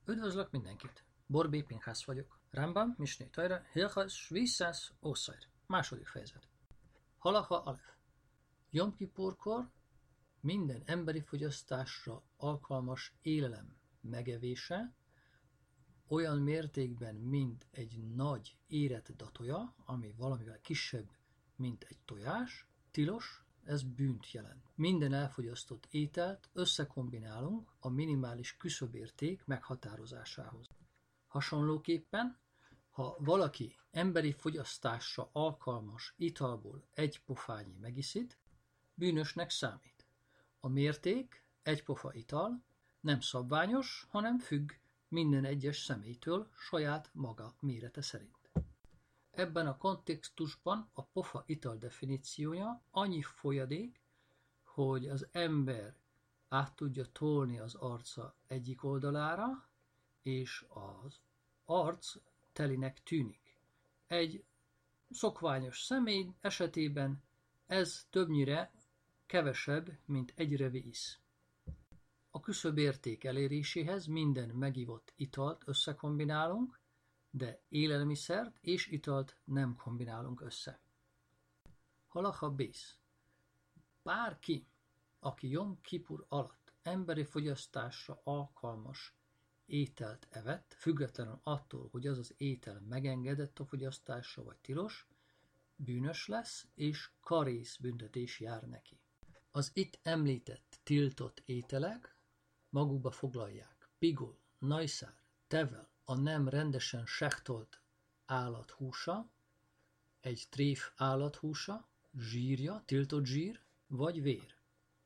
Üdvözlök mindenkit! Borbé Pinhász vagyok. Rambam, Misné Tajra, Hilchas, Visszász, Ószajr. Második fejezet. Halacha Alef. Jom Kipurkor minden emberi fogyasztásra alkalmas élelem megevése olyan mértékben, mint egy nagy érett datója, ami valamivel kisebb, mint egy tojás, tilos, ez bűnt jelent. Minden elfogyasztott ételt összekombinálunk a minimális küszöbérték meghatározásához. Hasonlóképpen, ha valaki emberi fogyasztásra alkalmas italból egy pofányi megiszít, bűnösnek számít. A mérték, egy pofa ital, nem szabványos, hanem függ minden egyes személytől saját maga mérete szerint. Ebben a kontextusban a pofa ital definíciója annyi folyadék, hogy az ember át tudja tolni az arca egyik oldalára, és az arc telinek tűnik. Egy szokványos személy esetében ez többnyire kevesebb, mint egy revisz. A küszöbérték eléréséhez minden megivott italt összekombinálunk, de élelmiszert és italt nem kombinálunk össze. Halacha bész. Bárki, aki Jom Kipur alatt emberi fogyasztásra alkalmas ételt evett, függetlenül attól, hogy az étel megengedett a fogyasztásra vagy tilos, bűnös lesz, és karész büntetés jár neki. Az itt említett tiltott ételek magukba foglalják pigul, najszár, tevel, a nem rendesen sehtolt állathúsa, egy tréf állathúsa, zsírja, tiltott zsír, vagy vér.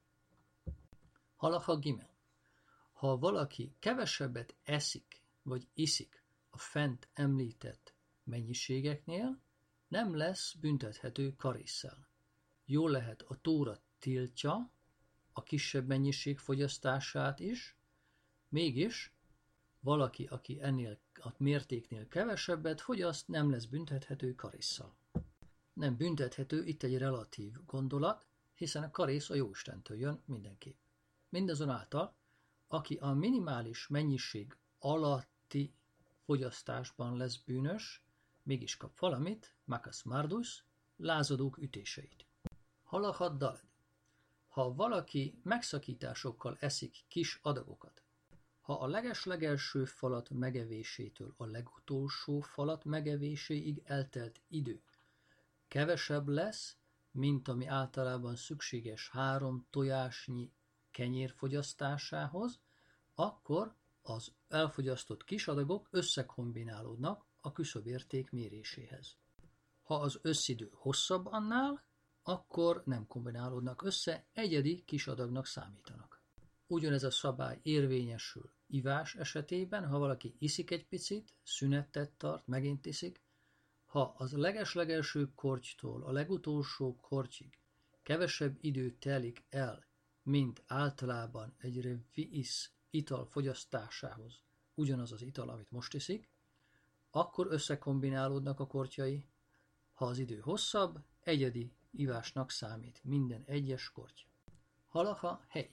Halacha gimel. Ha valaki kevesebbet eszik, vagy iszik a fent említett mennyiségeknél, nem lesz büntethető karésszel. Jól lehet, a Tóra tiltja a kisebb mennyiség fogyasztását is, mégis valaki, aki ennél a mértéknél kevesebbet fogyaszt, nem lesz büntethető karésszal. Nem büntethető, itt egy relatív gondolat, hiszen a karész a Jóistentől jön mindenképp. Mindazonáltal, aki a minimális mennyiség alatti fogyasztásban lesz bűnös, mégis kap valamit, makas mardus, lázadók ütéseit. Halacha daled. Ha valaki megszakításokkal eszik kis adagokat, ha a legeslegelső falat megevésétől a legutolsó falat megevéséig eltelt idő kevesebb lesz, mint ami általában szükséges 3 tojásnyi kenyér fogyasztásához, akkor az elfogyasztott kisadagok összekombinálódnak a küszöbérték méréséhez. Ha az összidő hosszabb annál, akkor nem kombinálódnak össze, egyedi kisadagnak számítanak. Ugyanez a szabály érvényesül ivás esetében, ha valaki iszik egy picit, szünetet tart, megint iszik, ha az legeslegelső kortytól a legutolsó kortyig kevesebb idő telik el, mint általában egy revisz ital fogyasztásához, ugyanaz az ital, amit most iszik, akkor összekombinálódnak a kortyai. Ha az idő hosszabb, egyedi ivásnak számít minden egyes korty. Halacha hely.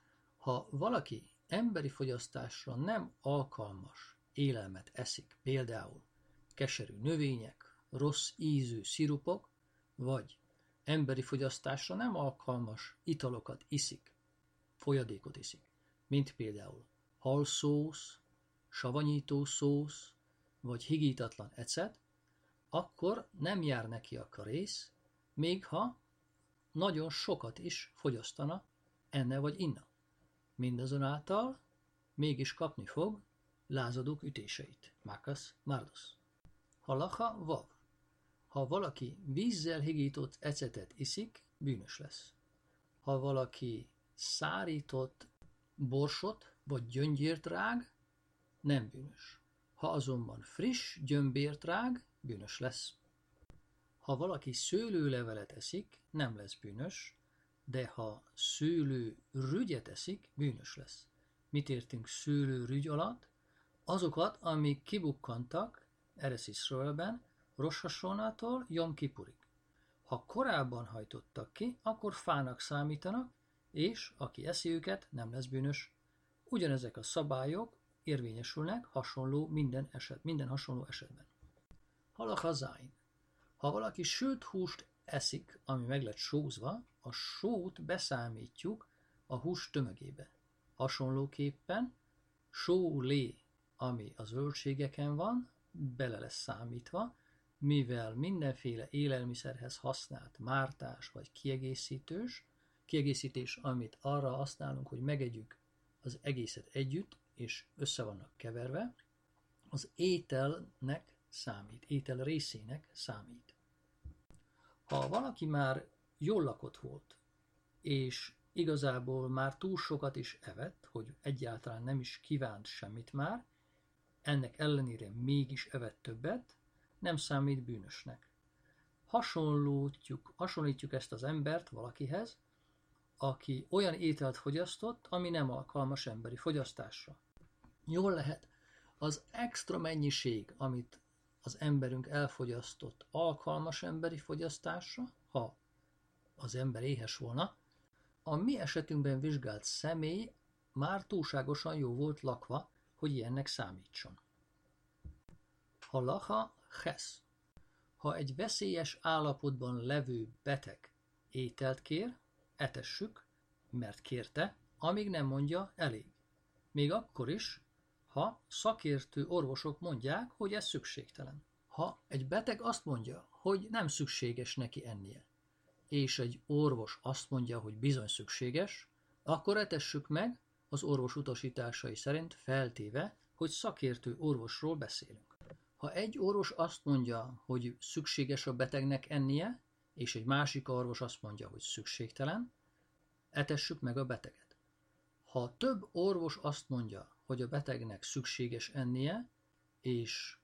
Ha valaki emberi fogyasztásra nem alkalmas élelmet eszik, például keserű növények, rossz ízű szirupok, vagy emberi fogyasztásra nem alkalmas italokat iszik, folyadékot iszik, mint például halszósz, savanyító szósz, vagy higítatlan ecet, akkor nem jár neki a karész, még ha nagyon sokat is fogyasztana enne vagy inna. Mindazonáltal mégis kapni fog lázadók ütéseit, makas mardus. Halacha vav. Ha valaki vízzel higított ecetet iszik, bűnös lesz. Ha valaki szárított borsot vagy gyöngyért rág, nem bűnös. Ha azonban friss gyömbért rág, bűnös lesz. Ha valaki szőlőlevelet eszik, nem lesz bűnös, de ha szőlőrügyet eszik, bűnös lesz. Mit értünk szőlőrügy alatt? Azokat, amik kibukkantak Eretz Iszraelben, Rosh Hashanától Jom Kipurig. Ha korábban hajtottak ki, akkor fának számítanak, és aki eszi őket, nem lesz bűnös. Ugyanezek a szabályok érvényesülnek minden hasonló esetben. Halacha záin. Ha valaki sült húst eszik, ami meg lett sózva, a sót beszámítjuk a hús tömegébe. Hasonlóképpen sólé, ami a zöldségeken van, bele lesz számítva, mivel mindenféle élelmiszerhez használt mártás vagy kiegészítés, amit arra használunk, hogy megegyük az egészet együtt, és össze vannak keverve, az ételnek számít, étel részének számít. Ha valaki már jól lakott volt, és igazából már túl sokat is evett, hogy egyáltalán nem is kívánt semmit már, ennek ellenére mégis evett többet, nem számít bűnösnek. Hasonlítjuk ezt az embert valakihez, aki olyan ételt fogyasztott, ami nem alkalmas emberi fogyasztásra. Jól lehet, az extra mennyiség, amit az emberünk elfogyasztott, alkalmas emberi fogyasztásra, ha az ember éhes volna, a mi esetünkben vizsgált személy már túlságosan jó volt lakva, hogy ilyennek számítson. Halacha ches. Ha egy veszélyes állapotban levő beteg ételt kér, etessük, mert kérte, amíg nem mondja elég. Még akkor is, ha szakértő orvosok mondják, hogy ez szükségtelen. Ha egy beteg azt mondja, hogy nem szükséges neki ennie, és egy orvos azt mondja, hogy bizony szükséges, akkor etessük meg az orvos utasításai szerint, feltéve, hogy szakértő orvosról beszélünk. Ha egy orvos azt mondja, hogy szükséges a betegnek ennie, és egy másik orvos azt mondja, hogy szükségtelen, etessük meg a beteget. Ha több orvos azt mondja, hogy a betegnek szükséges ennie, és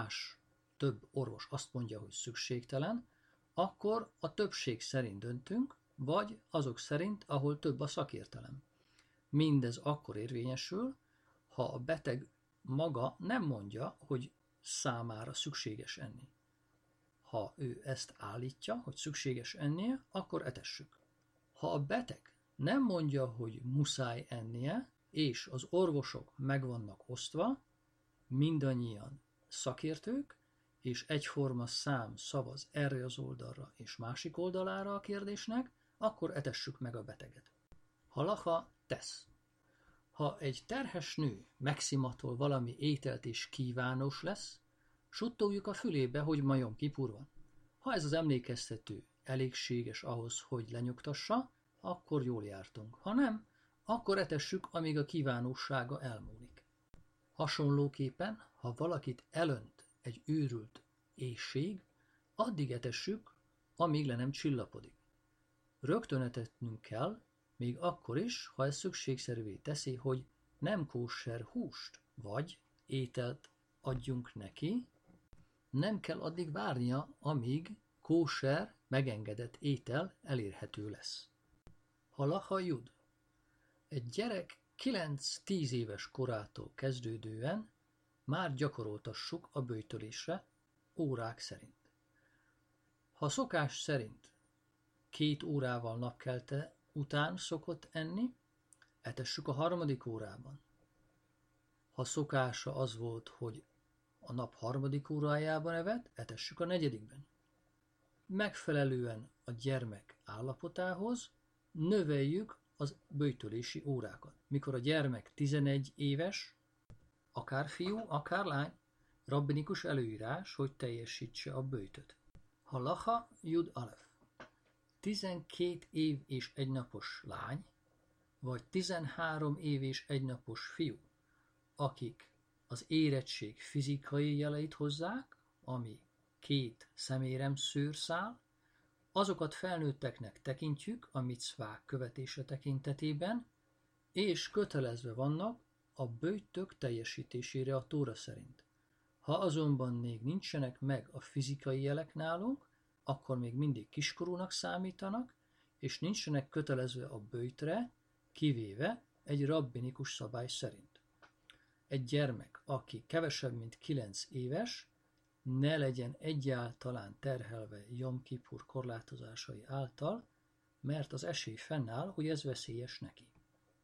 több orvos azt mondja, hogy szükségtelen, akkor a többség szerint döntünk, vagy azok szerint, ahol több a szakértelem. Mindez akkor érvényesül, ha a beteg maga nem mondja, hogy számára szükséges enni. Ha ő ezt állítja, hogy szükséges ennie, akkor etessük. Ha a beteg nem mondja, hogy muszáj ennie, és az orvosok meg vannak osztva, mindannyian szakértők, és egyforma szám szavaz erre az oldalra és másik oldalára a kérdésnek, akkor etessük meg a beteget. Halacha tesz. Ha egy terhes nő megszimatol valami ételt és kívános lesz, suttogjuk a fülébe, hogy ma Jom Kipur van. Ha ez az emlékeztető elégséges ahhoz, hogy lenyugtassa, akkor jól jártunk. Ha nem, akkor etessük, amíg a kívánósága elmúlik. Hasonlóképpen, ha valakit elönt egy őrült éhség, addig etessük, amíg le nem csillapodik. Rögtön etetnünk kell, még akkor is, ha ez szükségszerűvé teszi, hogy nem kóser húst vagy ételt adjunk neki, nem kell addig várnia, amíg kóser megengedett étel elérhető lesz. Halacha jud. Egy gyerek 9-10 éves korától kezdődően már gyakoroltassuk a böjtölésre órák szerint. Ha szokás szerint 2 órával napkelte után szokott enni, etessük a 3. órában. Ha szokása az volt, hogy a nap 3. órájában evett, etessük a 4. Megfelelően a gyermek állapotához növeljük az böjtölési órákat. Mikor a gyermek 11 éves, akár fiú, akár lány, rabbinikus előírás, hogy teljesítse a böjtöt. Halacha jud alef. 12 év és 1 napos lány, vagy 13 év és 1 napos fiú, akik az érettség fizikai jeleit hozzák, ami 2 szeméremszőrszál, azokat felnőtteknek tekintjük a micvák követése tekintetében, és kötelezve vannak a böjtök teljesítésére a Tóra szerint. Ha azonban még nincsenek meg a fizikai jelek nálunk, akkor még mindig kiskorúnak számítanak, és nincsenek kötelezve a böjtre, kivéve egy rabbinikus szabály szerint. Egy gyermek, aki kevesebb mint 9 éves, ne legyen egyáltalán terhelve Jom Kipur korlátozásai által, mert az esély fennáll, hogy ez veszélyes neki.